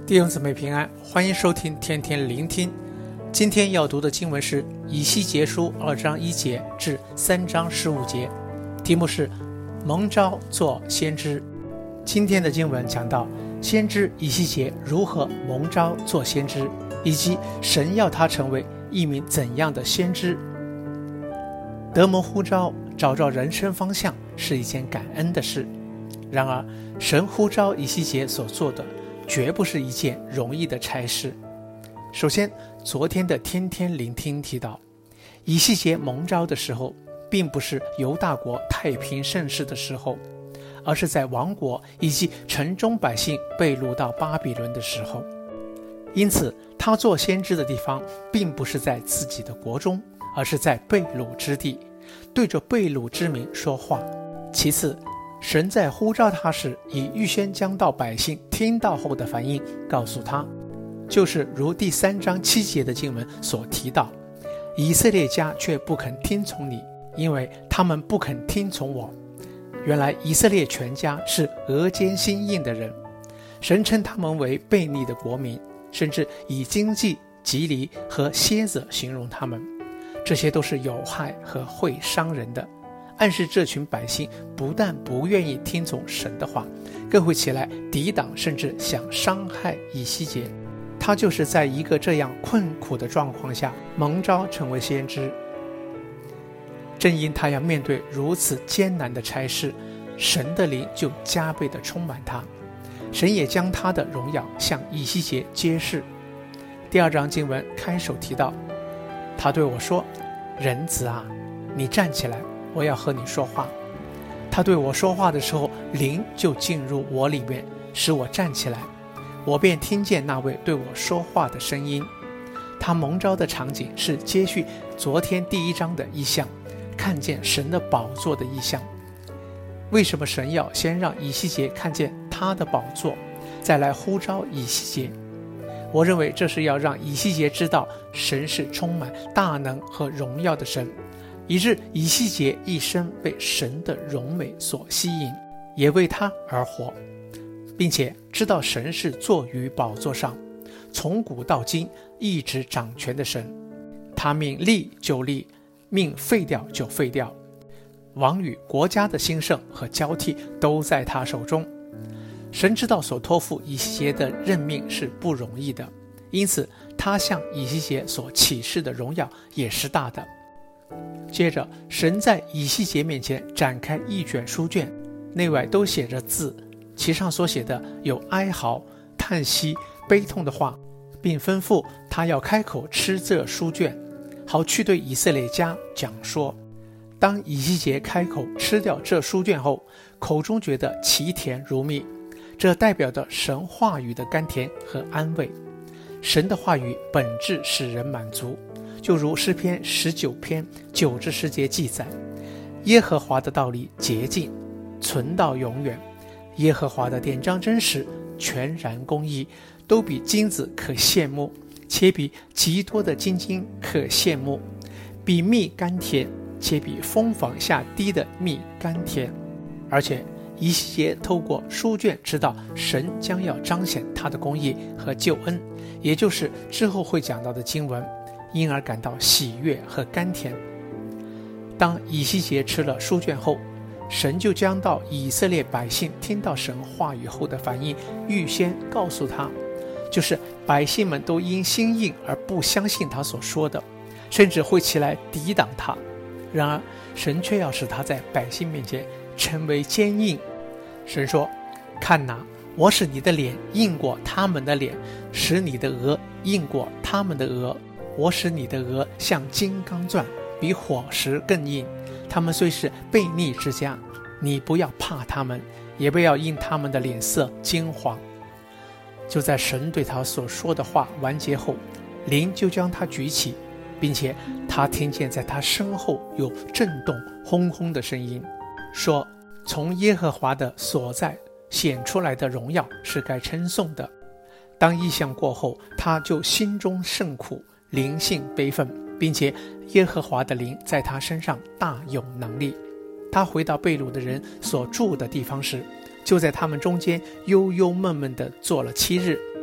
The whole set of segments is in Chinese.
弟兄姊妹平安，欢迎收听天天聆听。今天要读的经文是以西结书2章1节至3章15节，题目是蒙召做先知。今天的经文讲到先知以西结如何蒙召做先知，以及神要他成为一名怎样的先知。得蒙呼召，找到人生方向是一件感恩的事。然而神呼召以西结所做的绝不是一件容易的差事。首先，昨天的天天聆听提到，以西结蒙召的时候并不是犹大国太平盛世的时候，而是在亡国以及城中百姓被掳到巴比伦的时候。因此他做先知的地方并不是在自己的国中，而是在被掳之地，对着被掳之民说话。其次，神在呼召他时已预先将到百姓听到后的反应告诉他，就是如第3章7节的经文所提到，以色列家却不肯听从你，因为他们不肯听从我。原来以色列全家是额间心硬的人，神称他们为悖逆的国民，甚至以荆棘、蒺藜和蝎子形容他们，这些都是有害和会伤人的，暗示这群百姓不但不愿意听从神的话，更会起来抵挡，甚至想伤害以西结。他就是在一个这样困苦的状况下蒙召成为先知。正因他要面对如此艰难的差事，神的灵就加倍地充满他，神也将他的荣耀向以西结揭示。第2章经文开首提到，他对我说，人子啊，你站起来，我要和你说话。他对我说话的时候，灵就进入我里面，使我站起来，我便听见那位对我说话的声音。他蒙召的场景是接续昨天第1章的意象，看见神的宝座的意象。为什么神要先让以西结看见他的宝座，再来呼召以西结？我认为这是要让以西结知道神是充满大能和荣耀的神，以致以西结一生被神的荣美所吸引，也为他而活，并且知道神是坐于宝座上，从古到今一直掌权的神。他命立就立，命废掉就废掉，王与国家的兴盛和交替都在他手中。神知道所托付以西结的任命是不容易的，因此他向以西结所启示的荣耀也是大的。接着神在以西结面前展开一卷书卷，内外都写着字，其上所写的有哀嚎、叹息、悲痛的话，并吩咐他要开口吃这书卷，好去对以色列家讲说。当以西结开口吃掉这书卷后，口中觉得其甜如蜜，这代表着神话语的甘甜和安慰。神的话语本质使人满足，就如诗篇19篇9至10节记载，耶和华的道理洁净，存到永远，耶和华的典章真实，全然公义，都比金子可羡慕，且比极多的金金可羡慕，比蜜甘甜，且比蜂房下滴的蜜甘甜。而且以西结透过书卷知道神将要彰显他的公义和救恩，也就是之后会讲到的经文，因而感到喜悦和甘甜。当以西结吃了书卷后，神就将到以色列百姓听到神话语后的反应预先告诉他，就是百姓们都因心硬而不相信他所说的，甚至会起来抵挡他。然而神却要使他在百姓面前成为坚硬。神说，看哪，我使你的脸硬过他们的脸，使你的额硬过他们的额，我使你的额像金刚钻，比火石更硬。他们虽是悖逆之家，你不要怕他们，也不要因他们的脸色惊惶。就在神对他所说的话完结后，灵就将他举起，并且他听见在他身后有震动轰轰的声音，说，从耶和华的所在显出来的荣耀是该称颂的。当异象过后，他就心中甚苦，灵性悲愤，并且耶和华的灵在他身上大有能力。他回到被掳的人所住的地方时，就在他们中间忧忧闷闷地坐了7日。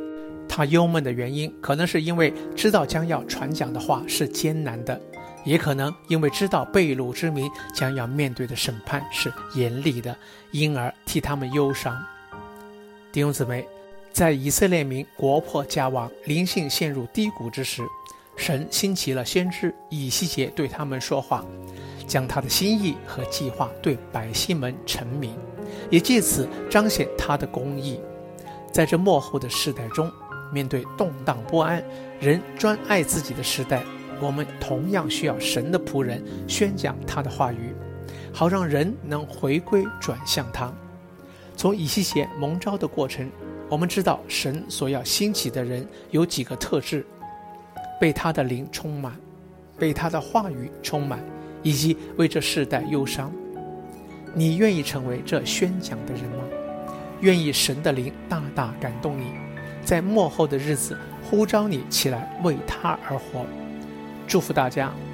他忧闷的原因，可能是因为知道将要传讲的话是艰难的，也可能因为知道被掳之民将要面对的审判是严厉的，因而替他们忧伤。弟兄姊妹，在以色列民国破家亡、灵性陷入低谷之时，神兴起了先知以西结对他们说话，将他的心意和计划对百姓们陈明，也借此彰显他的公义。在这末后的世代中，面对动荡不安、人专爱自己的时代，我们同样需要神的仆人宣讲他的话语，好让人能回归转向他。从以西结蒙召的过程，我们知道神所要兴起的人有几个特质：被他的灵充满，被他的话语充满，以及为这世代忧伤。你愿意成为这宣讲的人吗？愿意神的灵大大感动你，在末后的日子呼召你起来为他而活。祝福大家